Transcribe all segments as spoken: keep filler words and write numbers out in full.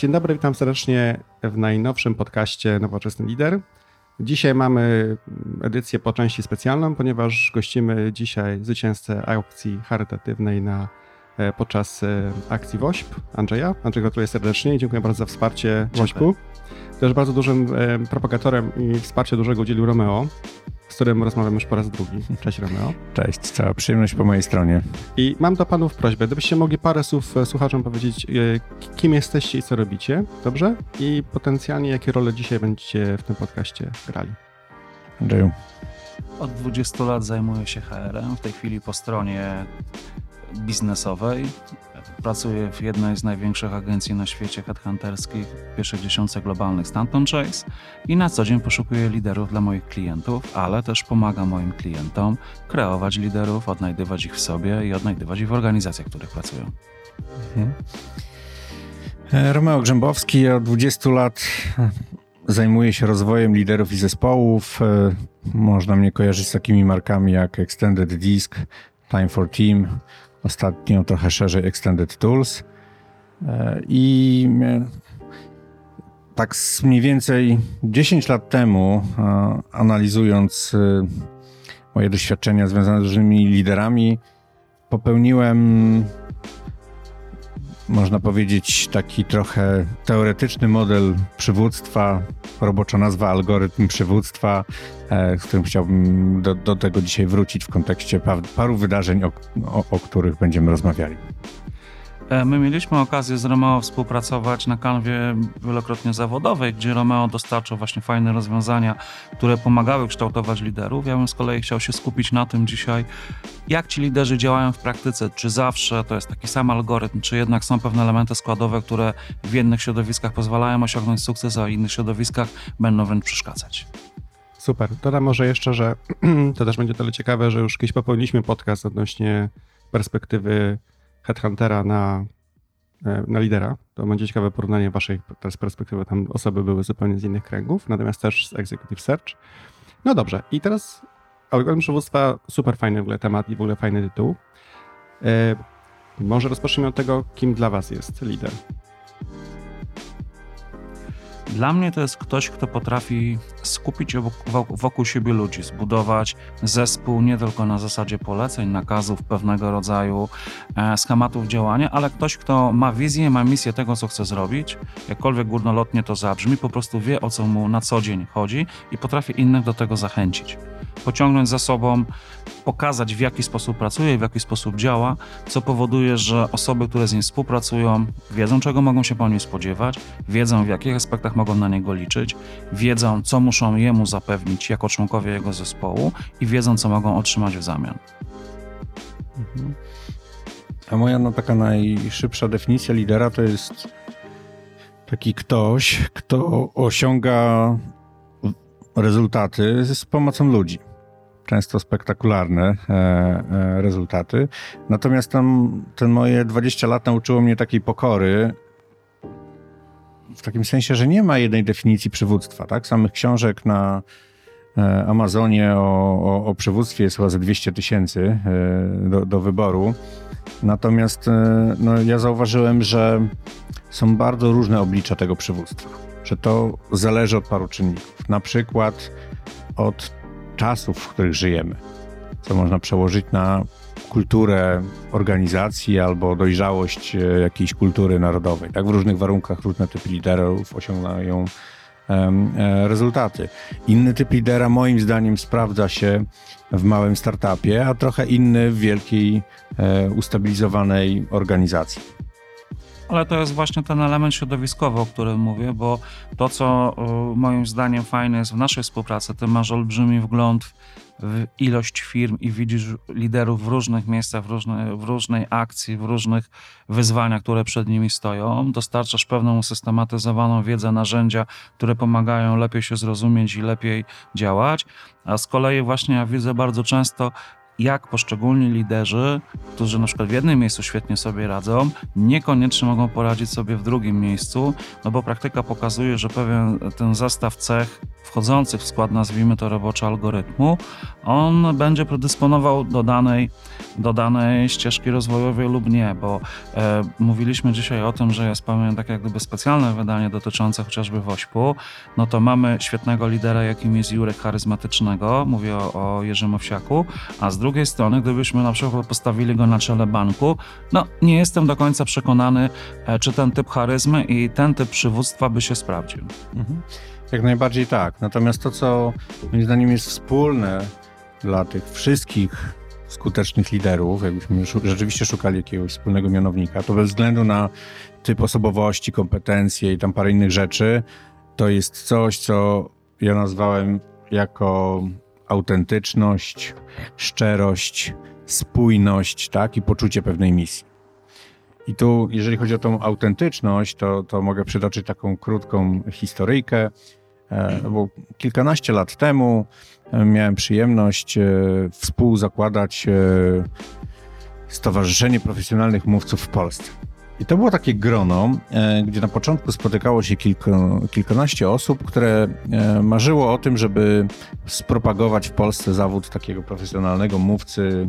Dzień dobry, witam serdecznie w najnowszym podcaście Nowoczesny Lider. Dzisiaj mamy edycję po części specjalną, ponieważ gościmy dzisiaj zwycięzcę aukcji charytatywnej na, podczas akcji WOŚP, Andrzeja. Andrzej, gratuluję serdecznie i dziękuję bardzo za wsparcie WOŚP-u. Też bardzo dużym propagatorem i wsparcia dużego udzielił Romeo, z którym rozmawiamy już po raz drugi. Cześć Romeo. Cześć, cała przyjemność po mojej stronie. I mam do panów prośbę, gdybyście mogli parę słów słuchaczom powiedzieć, kim jesteście i co robicie, dobrze? I potencjalnie jakie role dzisiaj będziecie w tym podcaście grali. Andrzeju. Od dwudziestu lat zajmuję się H R-em, w tej chwili po stronie biznesowej. Pracuję w jednej z największych agencji na świecie headhunterskich, w pierwszej dziesiątce globalnych Stanton Chase i na co dzień poszukuję liderów dla moich klientów, ale też pomagam moim klientom kreować liderów, odnajdywać ich w sobie i odnajdywać ich w organizacjach, w których pracują. Mhm. Romeo Grzębowski, ja od dwudziestu lat zajmuję się rozwojem liderów i zespołów. Można mnie kojarzyć z takimi markami jak Extended Disk, Time for Team, ostatnio trochę szerzej Extended Tools. I tak mniej więcej dziesięć lat temu, analizując moje doświadczenia związane z różnymi liderami, popełniłem, można powiedzieć, taki trochę teoretyczny model przywództwa, robocza nazwa algorytm przywództwa, z którym chciałbym do, do tego dzisiaj wrócić w kontekście paru wydarzeń, o, o, o których będziemy rozmawiali. My mieliśmy okazję z Romeo współpracować na kanwie wielokrotnie zawodowej, gdzie Romeo dostarczał właśnie fajne rozwiązania, które pomagały kształtować liderów. Ja bym z kolei chciał się skupić na tym dzisiaj, jak ci liderzy działają w praktyce. Czy zawsze to jest taki sam algorytm, czy jednak są pewne elementy składowe, które w jednych środowiskach pozwalają osiągnąć sukces, a w innych środowiskach będą wręcz przeszkadzać. Super. Dodam może jeszcze, że to też będzie tyle ciekawe, że już kiedyś popełniliśmy podcast odnośnie perspektywy headhuntera na, na lidera. To będzie ciekawe porównanie waszej teraz perspektywy. Tam osoby były zupełnie z innych kręgów, natomiast też z Executive Search. No dobrze. I teraz algorytm przywództwa, super fajny w ogóle temat i w ogóle fajny tytuł. E, może rozpocznijmy od tego, kim dla was jest lider. Dla mnie to jest ktoś, kto potrafi skupić wokół siebie ludzi, zbudować zespół nie tylko na zasadzie poleceń, nakazów, pewnego rodzaju schematów działania, ale ktoś, kto ma wizję, ma misję tego, co chce zrobić, jakkolwiek górnolotnie to zabrzmi, po prostu wie, o co mu na co dzień chodzi i potrafi innych do tego zachęcić. Pociągnąć za sobą, pokazać, w jaki sposób pracuje, w jaki sposób działa, co powoduje, że osoby, które z nim współpracują, wiedzą, czego mogą się po nim spodziewać, wiedzą, w jakich aspektach mogą na niego liczyć, wiedzą, co muszą jemu zapewnić jako członkowie jego zespołu i wiedzą, co mogą otrzymać w zamian. Mhm. A moja no, taka najszybsza definicja lidera to jest taki ktoś, kto osiąga rezultaty z pomocą ludzi. Często spektakularne e, e, rezultaty. Natomiast tam te moje dwadzieścia lat nauczyło mnie takiej pokory, w takim sensie, że nie ma jednej definicji przywództwa. Tak? Samych książek na e, Amazonie o, o, o przywództwie jest chyba ze dwieście tysięcy e, do, do wyboru. Natomiast e, no, ja zauważyłem, że są bardzo różne oblicza tego przywództwa. Że to zależy od paru czynników. Na przykład od czasów, w których żyjemy, co można przełożyć na kulturę organizacji albo dojrzałość jakiejś kultury narodowej. Tak, w różnych warunkach różne typy liderów osiągają um, rezultaty. Inny typ lidera moim zdaniem sprawdza się w małym startupie, a trochę inny w wielkiej, e, ustabilizowanej organizacji. Ale to jest właśnie ten element środowiskowy, o którym mówię, bo to, co y, moim zdaniem fajne jest w naszej współpracy, ty masz olbrzymi wgląd w ilość firm i widzisz liderów w różnych miejscach, w, różne, w różnej akcji, w różnych wyzwaniach, które przed nimi stoją. Dostarczasz pewną usystematyzowaną wiedzę, narzędzia, które pomagają lepiej się zrozumieć i lepiej działać. A z kolei właśnie ja widzę bardzo często, jak poszczególni liderzy, którzy na przykład w jednym miejscu świetnie sobie radzą, niekoniecznie mogą poradzić sobie w drugim miejscu, no bo praktyka pokazuje, że pewien ten zestaw cech wchodzących w skład, nazwijmy to roboczo, algorytmu, on będzie predysponował do danej, do danej ścieżki rozwojowej lub nie, bo e, mówiliśmy dzisiaj o tym, że jest pewien tak jak gdyby specjalne wydanie dotyczące chociażby wośpu, no to mamy świetnego lidera, jakim jest Jurek charyzmatycznego, mówię o, o Jerzym Owsiaku, a z drugiej strony, gdybyśmy na przykład postawili go na czele banku, no nie jestem do końca przekonany, e, czy ten typ charyzmy i ten typ przywództwa by się sprawdził. Mhm. Jak najbardziej tak. Natomiast to, co moim zdaniem jest wspólne dla tych wszystkich skutecznych liderów, jakbyśmy rzeczywiście szukali jakiegoś wspólnego mianownika, to bez względu na typ osobowości, kompetencje i tam parę innych rzeczy, to jest coś, co ja nazwałem jako autentyczność, szczerość, spójność, tak, i poczucie pewnej misji. I tu, jeżeli chodzi o tą autentyczność, to, to mogę przytoczyć taką krótką historyjkę, bo kilkanaście lat temu miałem przyjemność współzakładać Stowarzyszenie Profesjonalnych Mówców w Polsce. I to było takie grono, gdzie na początku spotykało się kilku, kilkanaście osób, które marzyło o tym, żeby spropagować w Polsce zawód takiego profesjonalnego mówcy,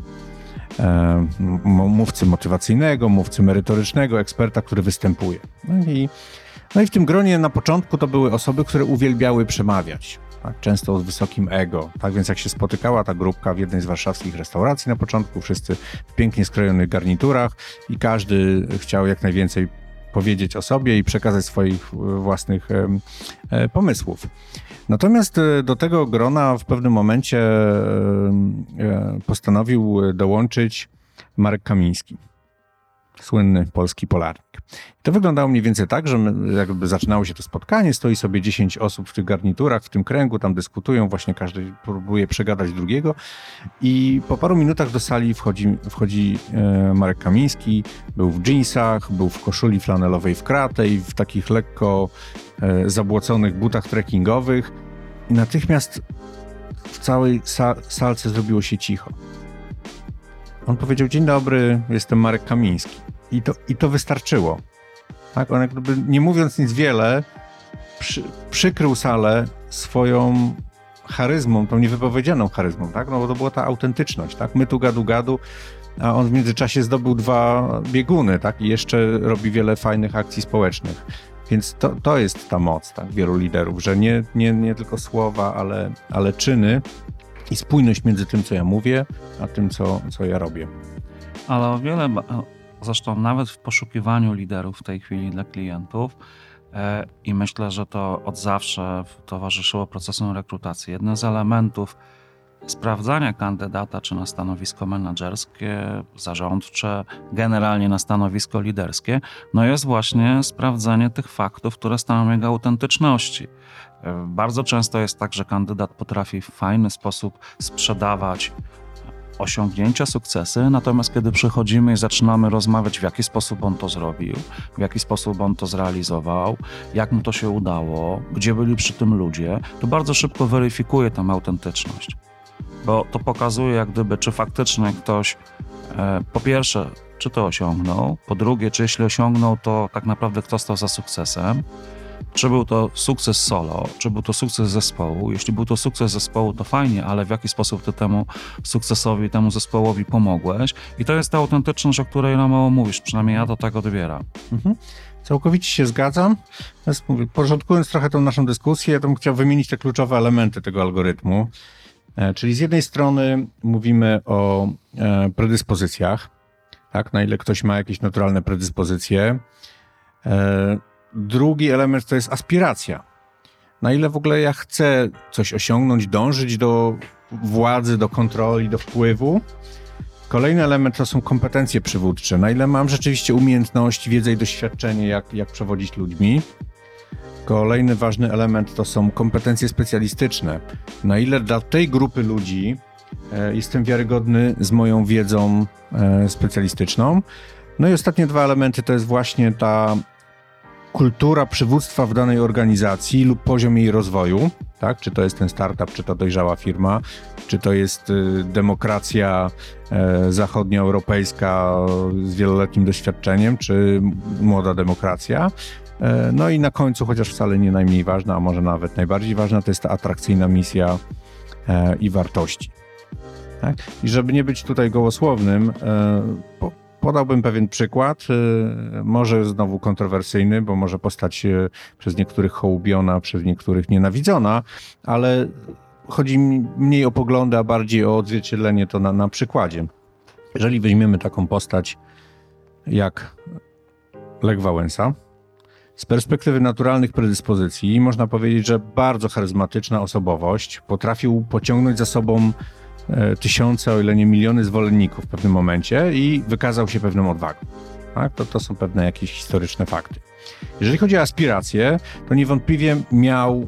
mówcy motywacyjnego, mówcy merytorycznego, eksperta, który występuje. No i, no i w tym gronie na początku to były osoby, które uwielbiały przemawiać, tak, często z wysokim ego. Tak więc jak się spotykała ta grupka w jednej z warszawskich restauracji na początku, wszyscy w pięknie skrojonych garniturach i każdy chciał jak najwięcej powiedzieć o sobie i przekazać swoich własnych e, e, pomysłów. Natomiast do tego grona w pewnym momencie e, postanowił dołączyć Marek Kamiński, słynny polski polarnik. I to wyglądało mniej więcej tak, że my, jakby zaczynało się to spotkanie, stoi sobie dziesięć osób w tych garniturach, w tym kręgu, tam dyskutują, właśnie każdy próbuje przegadać drugiego i po paru minutach do sali wchodzi, wchodzi e, Marek Kamiński, był w dżinsach, był w koszuli flanelowej w kratę i w takich lekko e, zabłoconych butach trekkingowych i natychmiast w całej sa- salce zrobiło się cicho. On powiedział: dzień dobry, jestem Marek Kamiński. I to, i to wystarczyło. Tak? On jakby nie mówiąc nic wiele, przy, przykrył salę swoją charyzmą, tą niewypowiedzianą charyzmą, tak? No bo to była ta autentyczność, tak? My tu gadu gadu, a on w międzyczasie zdobył dwa bieguny, tak? I jeszcze robi wiele fajnych akcji społecznych. Więc to, to jest ta moc, tak? Wielu liderów, że nie, nie, nie tylko słowa, ale, ale czyny i spójność między tym, co ja mówię, a tym, co, co ja robię. Ale o wiele, zresztą nawet w poszukiwaniu liderów w tej chwili dla klientów e, i myślę, że to od zawsze towarzyszyło procesom rekrutacji. Jednym z elementów sprawdzania kandydata, czy na stanowisko menedżerskie, zarządcze, generalnie na stanowisko liderskie, no jest właśnie sprawdzanie tych faktów, które stanowią jego autentyczności. Bardzo często jest tak, że kandydat potrafi w fajny sposób sprzedawać osiągnięcia, sukcesy, natomiast kiedy przychodzimy i zaczynamy rozmawiać, w jaki sposób on to zrobił, w jaki sposób on to zrealizował, jak mu to się udało, gdzie byli przy tym ludzie, to bardzo szybko weryfikuje tę autentyczność. Bo to pokazuje jak gdyby, czy faktycznie ktoś e, po pierwsze, czy to osiągnął, po drugie, czy jeśli osiągnął, to tak naprawdę kto stał za sukcesem, czy był to sukces solo, czy był to sukces zespołu. Jeśli był to sukces zespołu, to fajnie, ale w jaki sposób ty temu sukcesowi, temu zespołowi pomogłeś. I to jest ta autentyczność, o której na mało mówisz, przynajmniej ja to tak odbieram. Mhm. Całkowicie się zgadzam. Natomiast mówię, porządkując trochę tą naszą dyskusję, to bym chciał wymienić te kluczowe elementy tego algorytmu. E, czyli z jednej strony mówimy o e, predyspozycjach, tak, na ile ktoś ma jakieś naturalne predyspozycje. E, drugi element to jest aspiracja. Na ile w ogóle ja chcę coś osiągnąć, dążyć do władzy, do kontroli, do wpływu. Kolejny element to są kompetencje przywódcze. Na ile mam rzeczywiście umiejętność, wiedzę i doświadczenie, jak, jak przewodzić ludźmi. Kolejny ważny element to są kompetencje specjalistyczne. Na ile dla tej grupy ludzi e, jestem wiarygodny z moją wiedzą e, specjalistyczną. No i ostatnie dwa elementy to jest właśnie ta kultura przywództwa w danej organizacji lub poziom jej rozwoju, tak? Czy to jest ten startup, czy to dojrzała firma, czy to jest y, demokracja y, zachodnioeuropejska z wieloletnim doświadczeniem, czy młoda demokracja. Y, no i na końcu, chociaż wcale nie najmniej ważna, a może nawet najbardziej ważna, to jest ta atrakcyjna misja y, i wartości. Tak? I żeby nie być tutaj gołosłownym, y, po, podałbym pewien przykład, może znowu kontrowersyjny, bo może postać przez niektórych hołubiona, przez niektórych nienawidzona, ale chodzi mi mniej o poglądy, a bardziej o odzwierciedlenie to na, na przykładzie. Jeżeli weźmiemy taką postać jak Lech Wałęsa, z perspektywy naturalnych predyspozycji można powiedzieć, że bardzo charyzmatyczna osobowość, potrafił pociągnąć za sobą tysiące, o ile nie miliony zwolenników w pewnym momencie i wykazał się pewną odwagą. Tak? To, to są pewne jakieś historyczne fakty. Jeżeli chodzi o aspiracje, to niewątpliwie miał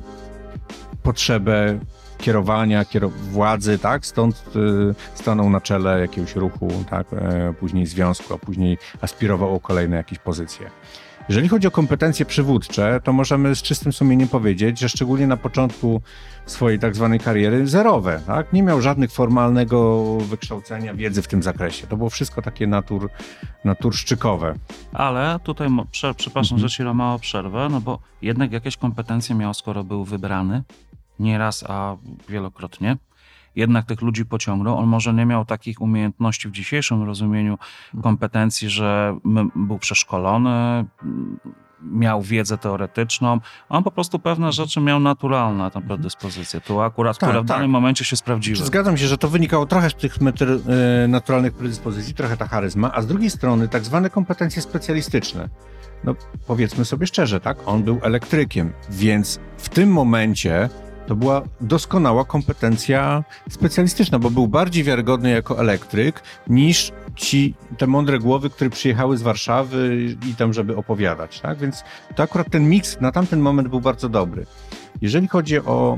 potrzebę kierowania, kier- władzy, tak? Stąd y, stanął na czele jakiegoś ruchu, tak? E, później związku, a później aspirował o kolejne jakieś pozycje. Jeżeli chodzi o kompetencje przywódcze, to możemy z czystym sumieniem powiedzieć, że szczególnie na początku swojej tak zwanej kariery zerowe. Tak? Nie miał żadnych formalnego wykształcenia, wiedzy w tym zakresie. To było wszystko takie natur, naturszczykowe. Ale tutaj, prze, przepraszam, mhm. że ci mało przerwę, no bo jednak jakieś kompetencje miał, skoro był wybrany. Nie raz, a wielokrotnie. Jednak tych ludzi pociągnął. On może nie miał takich umiejętności w dzisiejszym rozumieniu kompetencji, że był przeszkolony, miał wiedzę teoretyczną. On po prostu pewne rzeczy miał naturalne, tę predyspozycję. Tu akurat, tak, które w tak. danym momencie się sprawdziły. Zgadzam się, że to wynikało trochę z tych meter, e, naturalnych predyspozycji, trochę ta charyzma, a z drugiej strony tak zwane kompetencje specjalistyczne. No powiedzmy sobie szczerze, tak? On był elektrykiem, więc w tym momencie to była doskonała kompetencja specjalistyczna, bo był bardziej wiarygodny jako elektryk niż ci, te mądre głowy, które przyjechały z Warszawy i tam, żeby opowiadać, tak? Więc to akurat ten miks na tamten moment był bardzo dobry. Jeżeli chodzi o,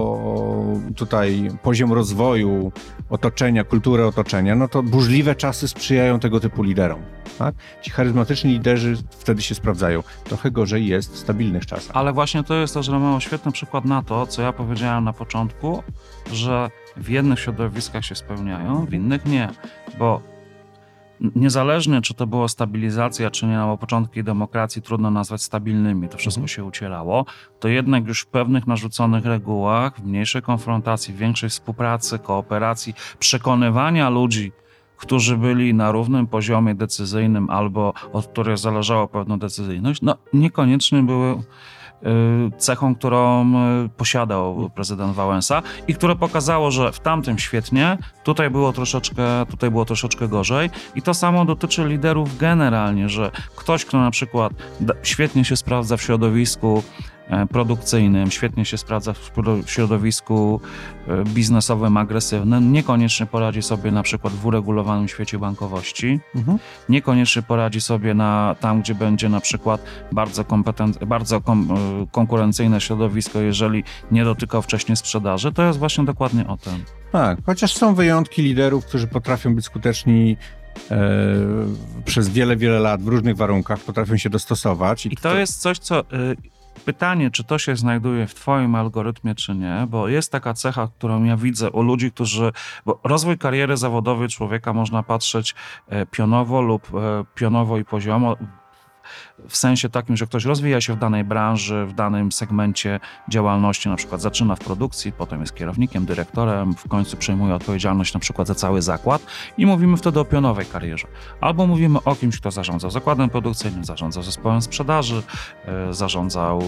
o tutaj poziom rozwoju, otoczenia, kulturę otoczenia, no to burzliwe czasy sprzyjają tego typu liderom. Tak? Ci charyzmatyczni liderzy wtedy się sprawdzają. Trochę gorzej jest w stabilnych czasach. Ale właśnie to jest to, że mamy świetny przykład na to, co ja powiedziałem na początku, że w jednych środowiskach się spełniają, w innych nie, bo niezależnie, czy to była stabilizacja, czy nie, no bo początki demokracji trudno nazwać stabilnymi, to wszystko mhm. się ucierało, to jednak już w pewnych narzuconych regułach, w mniejszej konfrontacji, w większej współpracy, kooperacji, przekonywania ludzi, którzy byli na równym poziomie decyzyjnym albo od których zależała pewna decyzyjność, no niekoniecznie były cechą, którą posiadał prezydent Wałęsa i które pokazało, że w tamtym świetnie, tutaj było troszeczkę, tutaj było troszeczkę gorzej i to samo dotyczy liderów generalnie, że ktoś, kto na przykład świetnie się sprawdza w środowisku produkcyjnym, świetnie się sprawdza w środowisku biznesowym, agresywnym, niekoniecznie poradzi sobie na przykład w uregulowanym świecie bankowości, mhm. niekoniecznie poradzi sobie na, tam, gdzie będzie na przykład bardzo, kompetent, bardzo kom, konkurencyjne środowisko, jeżeli nie dotykał wcześniej sprzedaży, to jest właśnie dokładnie o tym. Tak, chociaż są wyjątki liderów, którzy potrafią być skuteczni e, przez wiele, wiele lat w różnych warunkach, potrafią się dostosować. I, I to, to jest coś, co... Y, Pytanie, czy to się znajduje w twoim algorytmie, czy nie, bo jest taka cecha, którą ja widzę u ludzi, którzy... Bo rozwój kariery zawodowej człowieka można patrzeć pionowo lub pionowo i poziomo, w sensie takim, że ktoś rozwija się w danej branży, w danym segmencie działalności, na przykład zaczyna w produkcji, potem jest kierownikiem, dyrektorem, w końcu przejmuje odpowiedzialność na przykład za cały zakład i mówimy wtedy o pionowej karierze. Albo mówimy o kimś, kto zarządzał zakładem produkcyjnym, zarządzał zespołem sprzedaży, zarządzał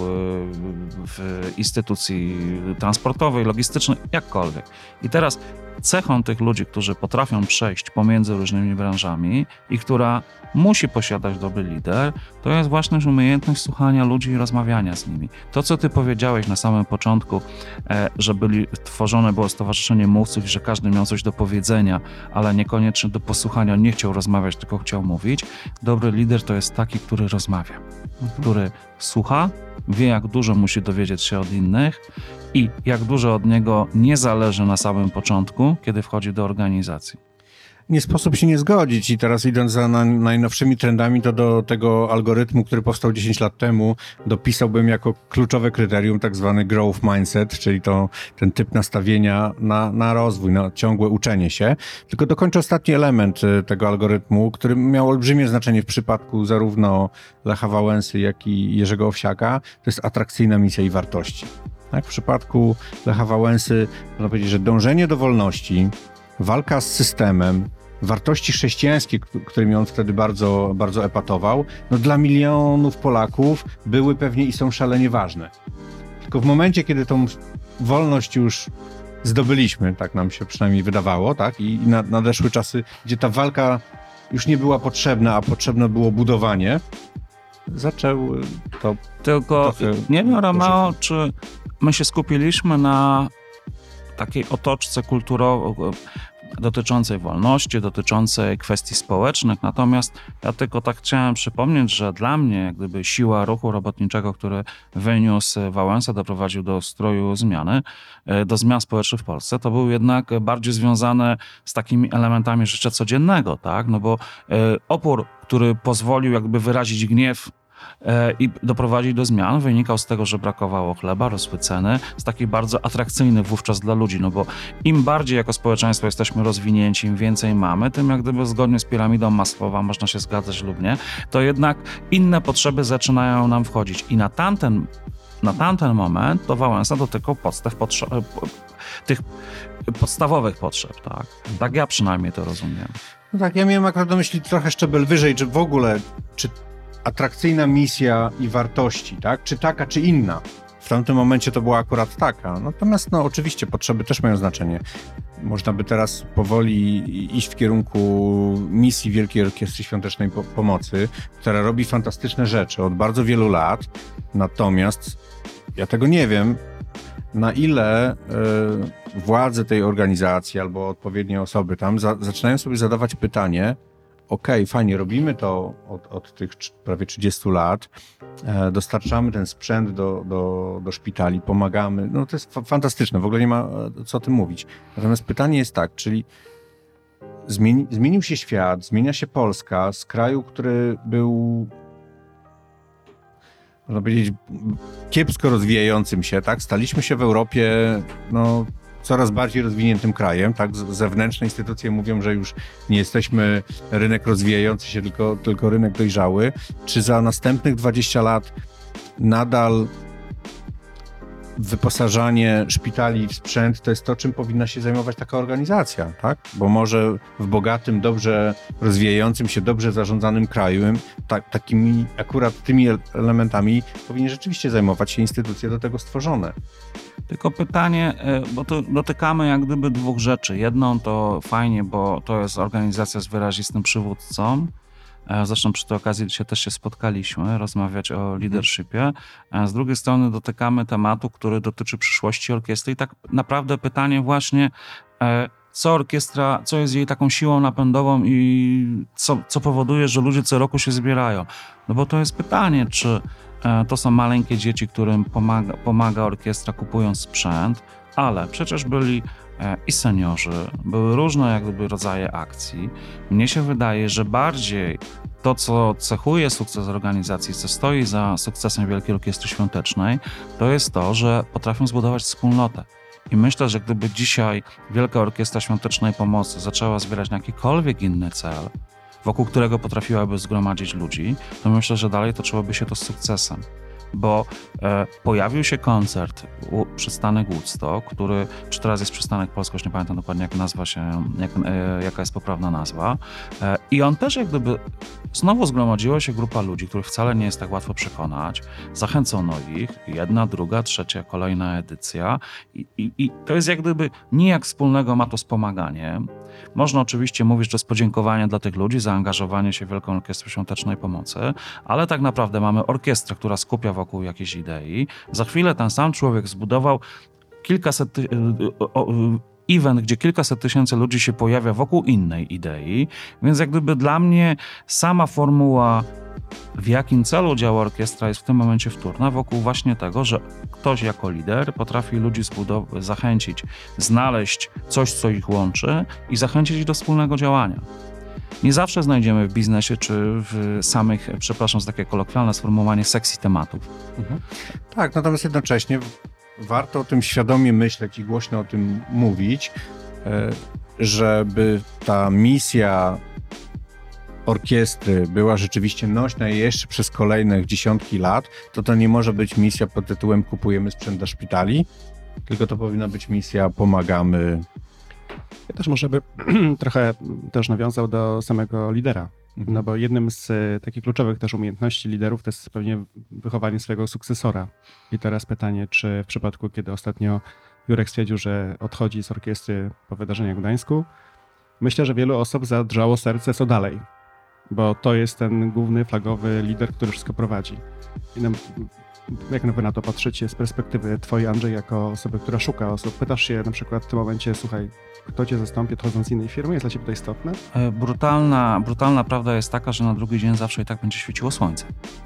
w instytucji transportowej, logistycznej, jakkolwiek. I teraz cechą tych ludzi, którzy potrafią przejść pomiędzy różnymi branżami i która musi posiadać dobry lider, to jest właśnie umiejętność słuchania ludzi i rozmawiania z nimi. To, co ty powiedziałeś na samym początku, że byli, tworzone było stowarzyszenie mówców i że każdy miał coś do powiedzenia, ale niekoniecznie do posłuchania, nie chciał rozmawiać, tylko chciał mówić. Dobry lider to jest taki, który rozmawia, mhm. który słucha, wie, jak dużo musi dowiedzieć się od innych i jak dużo od niego nie zależy na samym początku, kiedy wchodzi do organizacji. nie sposób się nie zgodzić i teraz idąc za na, najnowszymi trendami, to do tego algorytmu, który powstał dziesięć lat temu, dopisałbym jako kluczowe kryterium tak zwany growth mindset, czyli to ten typ nastawienia na, na rozwój, na ciągłe uczenie się. Tylko dokończę ostatni element tego algorytmu, który miał olbrzymie znaczenie w przypadku zarówno Lecha Wałęsy, jak i Jerzego Owsiaka. To jest atrakcyjna misja i wartości. Tak? W przypadku Lecha Wałęsy można powiedzieć, że dążenie do wolności, walka z systemem, wartości chrześcijańskie, którymi on wtedy bardzo, bardzo epatował, no dla milionów Polaków były pewnie i są szalenie ważne. Tylko w momencie, kiedy tą wolność już zdobyliśmy, tak nam się przynajmniej wydawało, tak, i nadeszły czasy, gdzie ta walka już nie była potrzebna, a potrzebne było budowanie, zaczął to... Tylko nie wiem, Romeo, czy my się skupiliśmy na takiej otoczce kulturowej, dotyczącej wolności, dotyczącej kwestii społecznych. Natomiast ja tylko tak chciałem przypomnieć, że dla mnie jak gdyby siła ruchu robotniczego, który wyniósł Wałęsa, doprowadził do ustroju zmiany, do zmian społecznych w Polsce, to był jednak bardziej związane z takimi elementami życia codziennego, tak? No bo opór, który pozwolił jakby wyrazić gniew i doprowadzić do zmian, wynikał z tego, że brakowało chleba, rosły ceny, z takich bardzo atrakcyjnych wówczas dla ludzi, no bo im bardziej jako społeczeństwo jesteśmy rozwinięci, im więcej mamy, tym jak gdyby zgodnie z piramidą Maslowa, można się zgadzać lub nie, to jednak inne potrzeby zaczynają nam wchodzić i na tamten, na tamten moment to Wałęsa dotykał podstaw potrze- tych podstawowych potrzeb, tak? Tak ja przynajmniej to rozumiem. No tak, ja miałem akurat na myśli trochę szczebel wyżej, czy w ogóle, czy atrakcyjna misja i wartości, tak? Czy taka, czy inna. W tamtym momencie to była akurat taka. Natomiast no oczywiście potrzeby też mają znaczenie. Można by teraz powoli iść w kierunku misji Wielkiej Orkiestry Świątecznej Pomocy, która robi fantastyczne rzeczy od bardzo wielu lat. Natomiast ja tego nie wiem, na ile y, władze tej organizacji albo odpowiednie osoby tam za, zaczynają sobie zadawać pytanie, okej, okay, fajnie, robimy to od, od tych prawie trzydziestu lat, e, dostarczamy ten sprzęt do, do, do szpitali, pomagamy, no to jest fa- fantastyczne, w ogóle nie ma co o tym mówić. Natomiast pytanie jest tak, czyli zmieni, zmienił się świat, zmienia się Polska z kraju, który był, można powiedzieć, kiepsko rozwijającym się, tak? Staliśmy się w Europie, no, coraz bardziej rozwiniętym krajem, tak? Zewnętrzne instytucje mówią, że już nie jesteśmy rynek rozwijający się, tylko, tylko rynek dojrzały. Czy za następnych dwadzieścia lat nadal wyposażanie szpitali w sprzęt to jest to, czym powinna się zajmować taka organizacja, tak? Bo może w bogatym, dobrze rozwijającym się, dobrze zarządzanym kraju ta, takimi akurat tymi elementami powinny rzeczywiście zajmować się instytucje do tego stworzone. Tylko pytanie, bo tu dotykamy jak gdyby dwóch rzeczy. Jedną to fajnie, bo to jest organizacja z wyrazistym przywódcą. Zresztą przy tej okazji dzisiaj też się spotkaliśmy, rozmawiać o leadershipie. Z drugiej strony dotykamy tematu, który dotyczy przyszłości orkiestry i tak naprawdę pytanie właśnie, co orkiestra, co jest jej taką siłą napędową i co, co powoduje, że ludzie co roku się zbierają. No bo to jest pytanie, czy to są maleńkie dzieci, którym pomaga, pomaga orkiestra kupując sprzęt, ale przecież byli i seniorzy, były różne jak gdyby rodzaje akcji. Mnie się wydaje, że bardziej to, co cechuje sukces organizacji, co stoi za sukcesem Wielkiej Orkiestry Świątecznej, to jest to, że potrafią zbudować wspólnotę. I myślę, że gdyby dzisiaj Wielka Orkiestra Świątecznej Pomocy zaczęła zbierać na jakikolwiek inny cel, wokół którego potrafiłaby zgromadzić ludzi, to myślę, że dalej toczyłoby się to z sukcesem. Bo e, pojawił się koncert, u, przystanek Woodstock, który, czy teraz jest przystanek Polska, już nie pamiętam dokładnie jak nazwa się, jak, e, jaka jest poprawna nazwa. E, I on też jak gdyby, znowu zgromadziła się grupa ludzi, których wcale nie jest tak łatwo przekonać. Zachęcono ich, jedna, druga, trzecia, kolejna edycja. I, i, i to jest jak gdyby nijak wspólnego ma to z pomaganiem. Można oczywiście mówić, że to jest podziękowanie dla tych ludzi, zaangażowanie się w Wielką Orkiestrę Świątecznej Pomocy, ale tak naprawdę mamy orkiestrę, która skupia wokół jakiejś idei. Za chwilę ten sam człowiek zbudował kilkaset ty- event, gdzie kilkaset tysięcy ludzi się pojawia wokół innej idei, więc jak gdyby dla mnie sama formuła w jakim celu działa orkiestra, jest w tym momencie wtórna, wokół właśnie tego, że ktoś jako lider potrafi ludzi zbudow- zachęcić, znaleźć coś, co ich łączy i zachęcić ich do wspólnego działania. Nie zawsze znajdziemy w biznesie czy w samych, przepraszam za takie kolokwialne sformułowanie, sexy tematów. Mhm. Tak, natomiast jednocześnie warto o tym świadomie myśleć i głośno o tym mówić, żeby ta misja orkiestry była rzeczywiście nośna jeszcze przez kolejne dziesiątki lat, to to nie może być misja pod tytułem kupujemy sprzęt do szpitali, tylko to powinna być misja pomagamy. Ja też może by trochę też nawiązał do samego lidera, mhm. no bo jednym z takich kluczowych też umiejętności liderów to jest pewnie wychowanie swojego sukcesora. I teraz pytanie, czy w przypadku, kiedy ostatnio Jurek stwierdził, że odchodzi z orkiestry po wydarzeniach w Gdańsku, myślę, że wielu osób zadrżało serce, co dalej, bo to jest ten główny, flagowy lider, który wszystko prowadzi. I nam, jak wy na to patrzycie z perspektywy twojej, Andrzej, jako osoby, która szuka osób? Pytasz się na przykład w tym momencie, słuchaj, kto cię zastąpi odchodząc z innej firmy? Jest dla ciebie to istotne? Brutalna, brutalna prawda jest taka, że na drugi dzień zawsze i tak będzie świeciło słońce.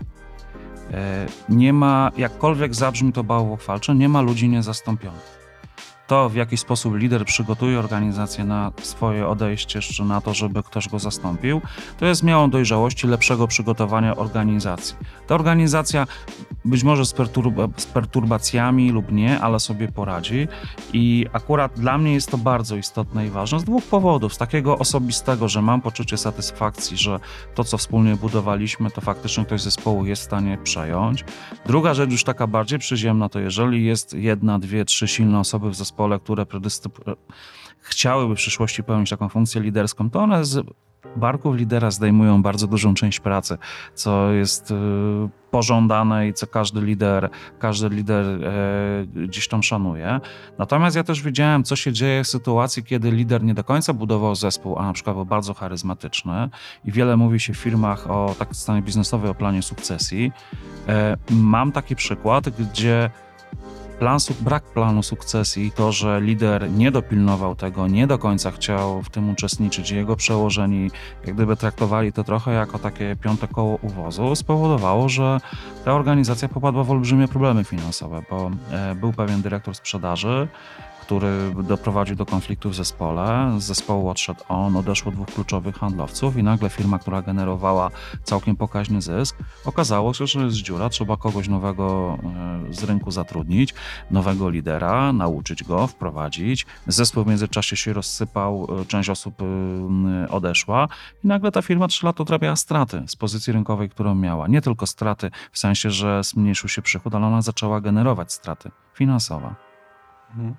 Nie ma, jakkolwiek zabrzmi to bałwochwalcze, nie ma ludzi niezastąpionych. To, w jaki sposób lider przygotuje organizację na swoje odejście, czy na to, żeby ktoś go zastąpił, to jest miarą dojrzałości, lepszego przygotowania organizacji. Ta organizacja być może z, perturb- z perturbacjami lub nie, ale sobie poradzi i akurat dla mnie jest to bardzo istotne i ważne z dwóch powodów. Z takiego osobistego, że mam poczucie satysfakcji, że to, co wspólnie budowaliśmy, to faktycznie ktoś z zespołu jest w stanie przejąć. Druga rzecz już taka bardziej przyziemna, to jeżeli jest jedna, dwie, trzy silne osoby w zespole, które predystyp- chciałyby w przyszłości pełnić taką funkcję liderską, to one z barków lidera zdejmują bardzo dużą część pracy, co jest y, pożądane i co każdy lider, każdy lider y, gdzieś tam szanuje. Natomiast ja też widziałem, co się dzieje w sytuacji, kiedy lider nie do końca budował zespół, a na przykład był bardzo charyzmatyczny i wiele mówi się w firmach o tak stanie biznesowej, o planie sukcesji. Y, mam taki przykład, gdzie Plan, brak planu sukcesji i to, że lider nie dopilnował tego, nie do końca chciał w tym uczestniczyć, jego przełożeni jak gdyby traktowali to trochę jako takie piąte koło uwozu, spowodowało, że ta organizacja popadła w olbrzymie problemy finansowe, bo był pewien dyrektor sprzedaży, który doprowadził do konfliktu w zespole. Z zespołu odszedł on, odeszło dwóch kluczowych handlowców i nagle firma, która generowała całkiem pokaźny zysk, okazało się, że jest dziura, trzeba kogoś nowego z rynku zatrudnić, nowego lidera, nauczyć go, wprowadzić. Zespół w międzyczasie się rozsypał, część osób odeszła i nagle ta firma trzy lata odrabiała straty z pozycji rynkowej, którą miała. Nie tylko straty w sensie, że zmniejszył się przychód, ale ona zaczęła generować straty finansowe. Mhm.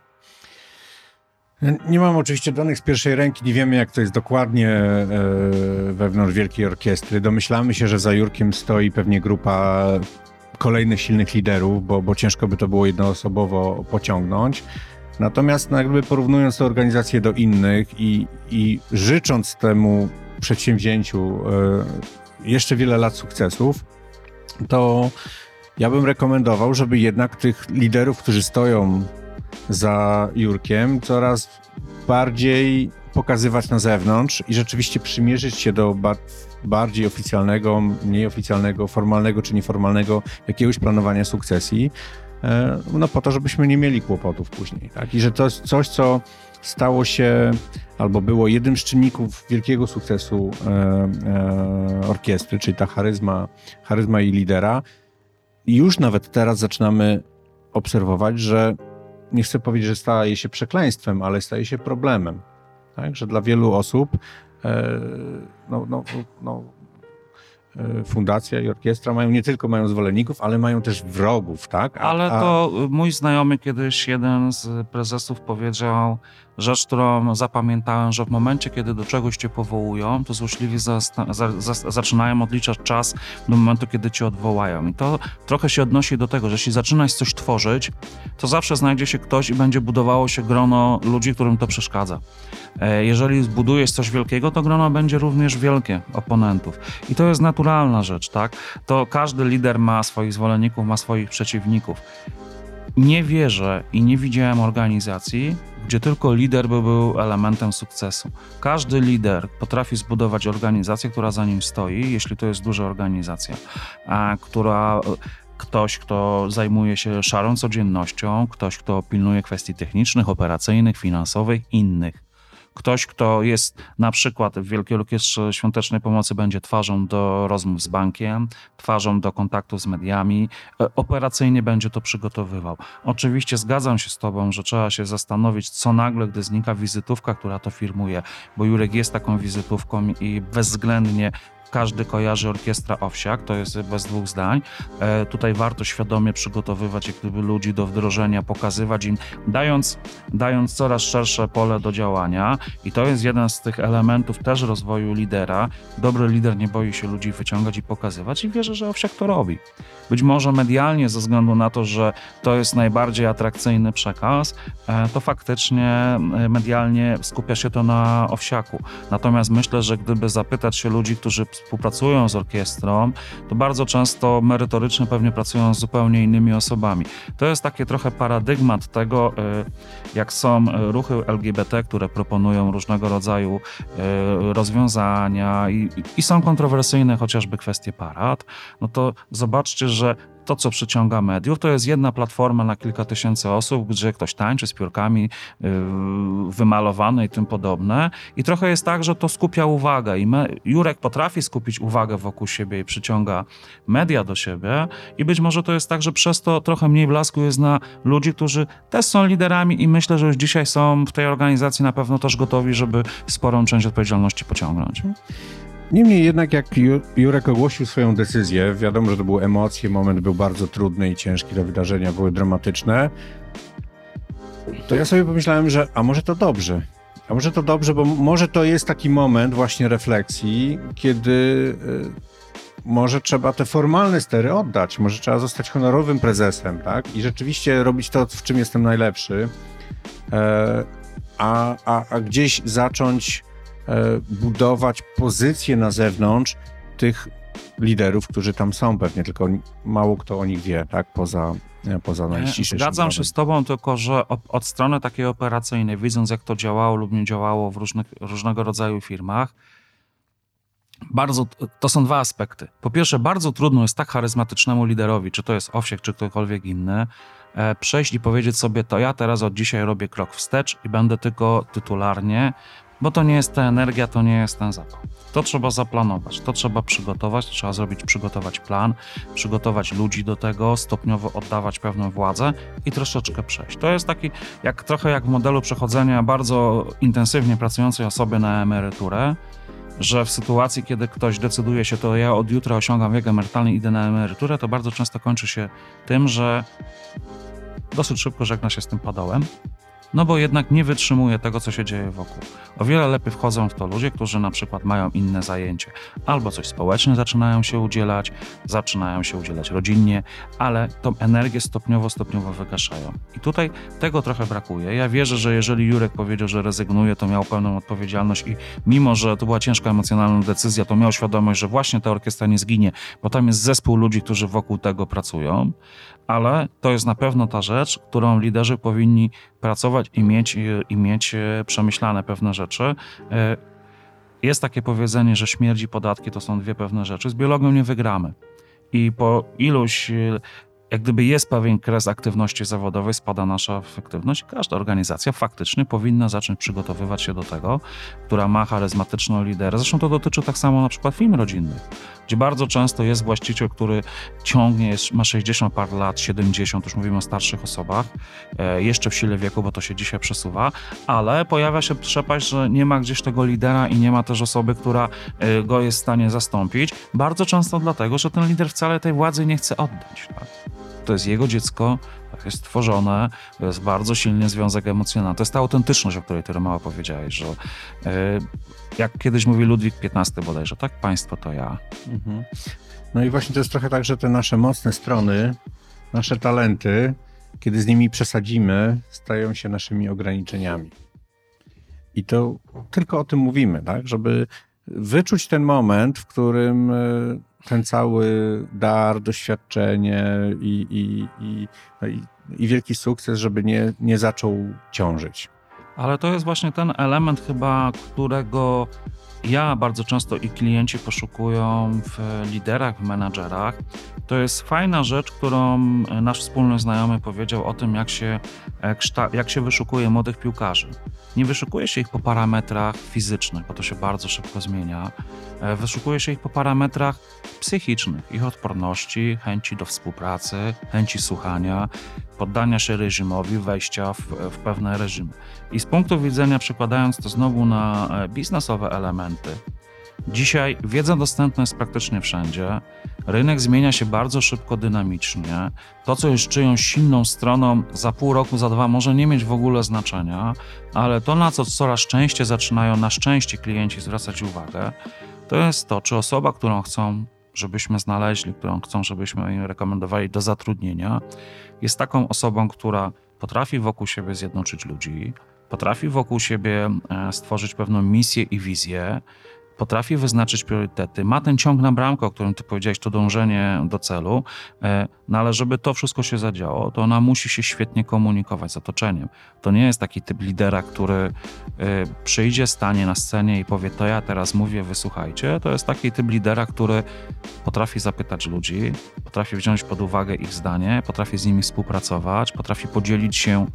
Nie mam oczywiście danych z pierwszej ręki, nie wiemy jak to jest dokładnie e, wewnątrz Wielkiej Orkiestry. Domyślamy się, że za Jurkiem stoi pewnie grupa kolejnych silnych liderów, bo, bo ciężko by to było jednoosobowo pociągnąć. Natomiast no, jakby porównując tę organizację do innych i, i życząc temu przedsięwzięciu e, jeszcze wiele lat sukcesów, to ja bym rekomendował, żeby jednak tych liderów, którzy stoją za Jurkiem, coraz bardziej pokazywać na zewnątrz i rzeczywiście przymierzyć się do bar- bardziej oficjalnego, mniej oficjalnego, formalnego czy nieformalnego jakiegoś planowania sukcesji, no po to, żebyśmy nie mieli kłopotów później. Tak? I że to jest coś, co stało się albo było jednym z czynników wielkiego sukcesu e, e, orkiestry, czyli ta charyzma, charyzma i lidera. I już nawet teraz zaczynamy obserwować, że nie chcę powiedzieć, że staje się przekleństwem, ale staje się problemem. Tak? Że dla wielu osób e, no, no, no, e, fundacja i orkiestra mają nie tylko mają zwolenników, ale mają też wrogów. Tak? A, ale a... to mój znajomy kiedyś, jeden z prezesów powiedział rzecz, którą zapamiętałem, że w momencie, kiedy do czegoś cię powołują, to złośliwi zasta- za- za- zaczynają odliczać czas do momentu, kiedy cię odwołają. I to trochę się odnosi do tego, że jeśli zaczynasz coś tworzyć, to zawsze znajdzie się ktoś i będzie budowało się grono ludzi, którym to przeszkadza. Jeżeli zbudujesz coś wielkiego, to grono będzie również wielkie oponentów. I to jest naturalna rzecz, tak? To każdy lider ma swoich zwolenników, ma swoich przeciwników. nie wierzę i nie widziałem organizacji, gdzie tylko lider by był elementem sukcesu. Każdy lider potrafi zbudować organizację, która za nim stoi, jeśli to jest duża organizacja, a która... Ktoś, kto zajmuje się szarą codziennością, ktoś, kto pilnuje kwestii technicznych, operacyjnych, finansowych, innych. Ktoś, kto jest na przykład w Wielkiej Orkiestrze Świątecznej Pomocy będzie twarzą do rozmów z bankiem, twarzą do kontaktu z mediami, operacyjnie będzie to przygotowywał. Oczywiście zgadzam się z tobą, że trzeba się zastanowić, co nagle, gdy znika wizytówka, która to firmuje, bo Jurek jest taką wizytówką i bezwzględnie każdy kojarzy orkiestra Owsiak, to jest bez dwóch zdań. E, tutaj warto świadomie przygotowywać jak gdyby ludzi do wdrożenia, pokazywać im, dając, dając coraz szersze pole do działania i to jest jeden z tych elementów też rozwoju lidera. Dobry lider nie boi się ludzi wyciągać i pokazywać i wierzę, że Owsiak to robi. Być może medialnie ze względu na to, że to jest najbardziej atrakcyjny przekaz, e, to faktycznie medialnie skupia się to na Owsiaku. Natomiast myślę, że gdyby zapytać się ludzi, którzy współpracują z orkiestrą, to bardzo często merytorycznie pewnie pracują z zupełnie innymi osobami. To jest takie trochę paradygmat tego, jak są ruchy L G B T, które proponują różnego rodzaju rozwiązania i, i są kontrowersyjne, chociażby kwestie parad, no to zobaczcie, że to, co przyciąga mediów, to jest jedna platforma na kilka tysięcy osób, gdzie ktoś tańczy z piórkami yy, wymalowane i tym podobne. I trochę jest tak, że to skupia uwagę i me, Jurek potrafi skupić uwagę wokół siebie i przyciąga media do siebie i być może to jest tak, że przez to trochę mniej blasku jest na ludzi, którzy też są liderami i myślę, że już dzisiaj są w tej organizacji na pewno też gotowi, żeby sporą część odpowiedzialności pociągnąć. Niemniej jednak jak Jurek ogłosił swoją decyzję, wiadomo, że to były emocje, moment był bardzo trudny i ciężki, te wydarzenia były dramatyczne, to ja sobie pomyślałem, że a może to dobrze, a może to dobrze, bo może to jest taki moment właśnie refleksji, kiedy y, może trzeba te formalne stery oddać, może trzeba zostać honorowym prezesem, tak? I rzeczywiście robić to, w czym jestem najlepszy, e, a, a, a gdzieś zacząć budować pozycję na zewnątrz tych liderów, którzy tam są pewnie, tylko mało kto o nich wie, tak, poza, poza najściślejszym. Zgadzam się z tobą, tylko że od strony takiej operacyjnej, widząc jak to działało lub nie działało w różnych, różnego rodzaju firmach, bardzo, to są dwa aspekty. Po pierwsze, bardzo trudno jest tak charyzmatycznemu liderowi, czy to jest Owsiak, czy ktokolwiek inny, przejść i powiedzieć sobie, to ja teraz od dzisiaj robię krok wstecz i będę tylko tytularnie, bo to nie jest ta energia, to nie jest ten zapał. To trzeba zaplanować, to trzeba przygotować, to trzeba zrobić, przygotować plan, przygotować ludzi do tego, stopniowo oddawać pewną władzę i troszeczkę przejść. To jest taki, jak trochę jak w modelu przechodzenia bardzo intensywnie pracującej osoby na emeryturę, że w sytuacji, kiedy ktoś decyduje się, to ja od jutra osiągam wiek emerytalny i idę na emeryturę, to bardzo często kończy się tym, że dosyć szybko żegna się z tym padołem, no bo jednak nie wytrzymuje tego, co się dzieje wokół. O wiele lepiej wchodzą w to ludzie, którzy na przykład mają inne zajęcie. Albo coś społecznie zaczynają się udzielać, zaczynają się udzielać rodzinnie, ale tą energię stopniowo, stopniowo wygaszają. I tutaj tego trochę brakuje. Ja wierzę, że jeżeli Jurek powiedział, że rezygnuje, to miał pełną odpowiedzialność i mimo, że to była ciężka emocjonalna decyzja, to miał świadomość, że właśnie ta orkiestra nie zginie, bo tam jest zespół ludzi, którzy wokół tego pracują, ale to jest na pewno ta rzecz, którą liderzy powinni pracować i mieć, i mieć przemyślane pewne rzeczy. Jest takie powiedzenie, że śmierć i podatki to są dwie pewne rzeczy. Z biologią nie wygramy. I po iluś, jak gdyby jest pewien kres aktywności zawodowej, spada nasza efektywność. Każda organizacja faktycznie powinna zacząć przygotowywać się do tego, która ma charyzmatyczną lidera. Zresztą to dotyczy tak samo na przykład firm rodzinnych, gdzie bardzo często jest właściciel, który ciągnie, jest, ma sześćdziesiąt par lat, siedemdziesiąt, już mówimy o starszych osobach, e, jeszcze w sile wieku, bo to się dzisiaj przesuwa, ale pojawia się przepaść, że nie ma gdzieś tego lidera i nie ma też osoby, która e, go jest w stanie zastąpić. Bardzo często dlatego, że ten lider wcale tej władzy nie chce oddać. Tak? To jest jego dziecko, tak jest tworzone, to jest bardzo silny związek emocjonalny. To jest ta autentyczność, o której ty, Romeo, powiedziałeś, że e, jak kiedyś mówi Ludwik piętnasty bodajże, tak? Państwo to ja. Mhm. No i właśnie to jest trochę tak, że te nasze mocne strony, nasze talenty, kiedy z nimi przesadzimy, stają się naszymi ograniczeniami. I to tylko o tym mówimy, tak? Żeby wyczuć ten moment, w którym ten cały dar, doświadczenie i, i, i, no i i wielki sukces, żeby nie, nie zaczął ciążyć. Ale to jest właśnie ten element chyba, którego ja bardzo często i klienci poszukują w liderach, w menadżerach. To jest fajna rzecz, którą nasz wspólny znajomy powiedział o tym, jak się, jak się wyszukuje młodych piłkarzy. Nie wyszukuje się ich po parametrach fizycznych, bo to się bardzo szybko zmienia. Wyszukuje się ich po parametrach psychicznych, ich odporności, chęci do współpracy, chęci słuchania, poddania się reżimowi, wejścia w, w pewne reżimy. I z punktu widzenia, przekładając to znowu na biznesowe elementy, dzisiaj wiedza dostępna jest praktycznie wszędzie, rynek zmienia się bardzo szybko, dynamicznie. To, co jest czyjąś silną stroną, za pół roku, za dwa może nie mieć w ogóle znaczenia, ale to, na co coraz częściej zaczynają na szczęście klienci zwracać uwagę, to jest to, czy osoba, którą chcą, żebyśmy znaleźli, którą chcą, żebyśmy im rekomendowali do zatrudnienia, jest taką osobą, która potrafi wokół siebie zjednoczyć ludzi, potrafi wokół siebie stworzyć pewną misję i wizję, potrafi wyznaczyć priorytety, ma ten ciąg na bramkę, o którym ty powiedziałeś, to dążenie do celu, no ale żeby to wszystko się zadziało, to ona musi się świetnie komunikować z otoczeniem. To nie jest taki typ lidera, który przyjdzie, stanie na scenie i powie, to ja teraz mówię, wysłuchajcie. To jest taki typ lidera, który potrafi zapytać ludzi, potrafi wziąć pod uwagę ich zdanie, potrafi z nimi współpracować, potrafi podzielić się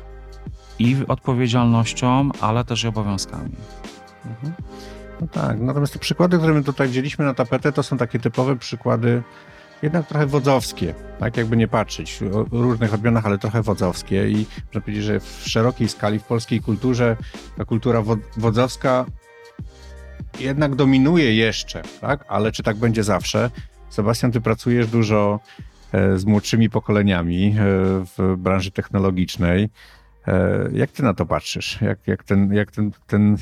i odpowiedzialnością, ale też i obowiązkami. Mhm. No tak, natomiast te przykłady, które my tutaj wzięliśmy na tapetę, to są takie typowe przykłady, jednak trochę wodzowskie, tak jakby nie patrzeć, o różnych odmianach, ale trochę wodzowskie i można powiedzieć, że w szerokiej skali w polskiej kulturze ta kultura wodzowska jednak dominuje jeszcze, tak? Ale czy tak będzie zawsze? Sebastian, ty pracujesz dużo z młodszymi pokoleniami w branży technologicznej. Jak ty na to patrzysz? Jak, jak ten, jak ten, ten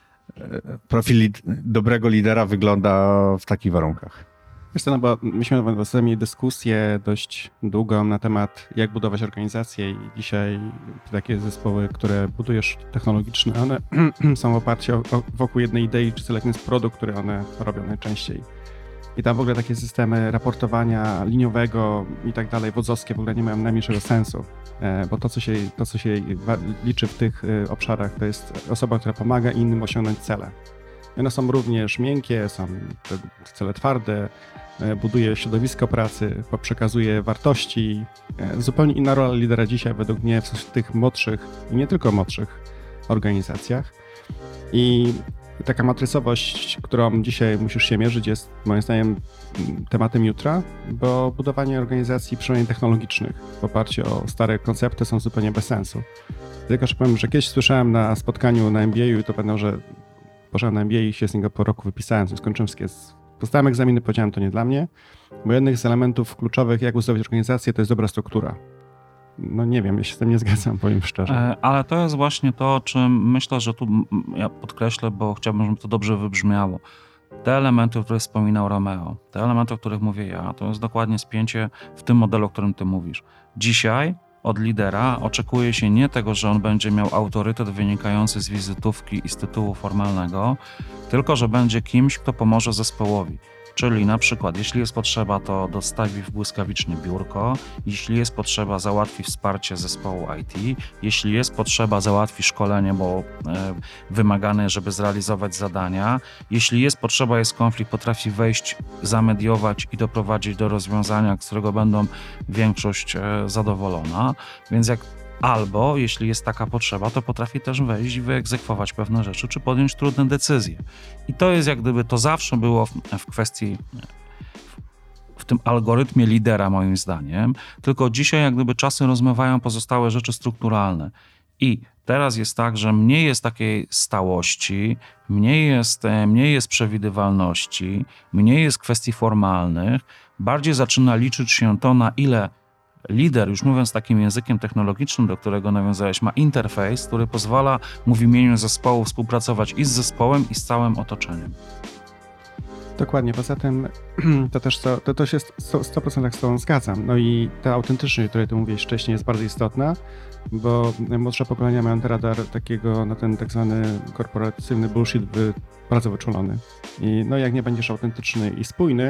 profil lid- dobrego lidera wygląda w takich warunkach? Wiesz co, no bo myśmy mieli dyskusję dość długą na temat, jak budować organizację i dzisiaj takie zespoły, które budujesz technologiczne, one są oparcie o, o, wokół jednej idei, czy selekcji jest produkt, który one robią najczęściej. I tam w ogóle takie systemy raportowania liniowego i tak dalej, wodzowskie w ogóle nie mają najmniejszego sensu, bo to, co się, to, co się liczy w tych obszarach, to jest osoba, która pomaga innym osiągnąć cele. I one są również miękkie, są te cele twarde, buduje środowisko pracy, przekazuje wartości. Zupełnie inna rola lidera dzisiaj według mnie w tych młodszych i nie tylko młodszych organizacjach. I taka matrycowość, którą dzisiaj musisz się mierzyć, jest moim zdaniem tematem jutra, bo budowanie organizacji, przynajmniej technologicznych, w oparciu o stare koncepty są zupełnie bez sensu. Tylko, że powiem, że kiedyś słyszałem na spotkaniu na M B A i to pamiętam, że poszedłem na M B A i się z niego po roku wypisałem, skończyłem wszystkie, postałem egzaminy, powiedziałem, to nie dla mnie, bo jednych z elementów kluczowych, jak uzbroić organizację, to jest dobra struktura. No nie wiem, ja się z tym nie zgadzam, powiem szczerze. Ale to jest właśnie to, o czym myślę, że tu ja podkreślę, bo chciałbym, żeby to dobrze wybrzmiało. Te elementy, o których wspominał Romeo, te elementy, o których mówię ja, to jest dokładnie spięcie w tym modelu, o którym ty mówisz. Dzisiaj od lidera oczekuje się nie tego, że on będzie miał autorytet wynikający z wizytówki i z tytułu formalnego, tylko że będzie kimś, kto pomoże zespołowi. Czyli na przykład, jeśli jest potrzeba, to dostawi w błyskawicznie biurko, jeśli jest potrzeba, załatwi wsparcie zespołu I T, jeśli jest potrzeba, załatwi szkolenie, bo e, wymagane, żeby zrealizować zadania, jeśli jest potrzeba, jest konflikt, potrafi wejść, zamediować i doprowadzić do rozwiązania, z którego będą większość e, zadowolona, więc jak albo, jeśli jest taka potrzeba, to potrafi też wejść i wyegzekwować pewne rzeczy, czy podjąć trudne decyzje. I to jest jak gdyby, to zawsze było w, w kwestii, w, w tym algorytmie lidera moim zdaniem, tylko dzisiaj jak gdyby czasy rozmywają pozostałe rzeczy strukturalne. I teraz jest tak, że mniej jest takiej stałości, mniej jest, mniej jest przewidywalności, mniej jest kwestii formalnych, bardziej zaczyna liczyć się to, na ile lider, już mówiąc takim językiem technologicznym, do którego nawiązałeś, ma interfejs, który pozwala mu w imieniu zespołu współpracować i z zespołem, i z całym otoczeniem. Dokładnie, poza tym to też to, to, to się sto procent z tobą zgadzam. No i ta autentyczność, o której ty mówiłeś wcześniej, jest bardzo istotna, bo młodsze pokolenia mają radar takiego, no ten tak zwany korporacyjny bullshit wy, bardzo wyczulony. I no jak nie będziesz autentyczny i spójny,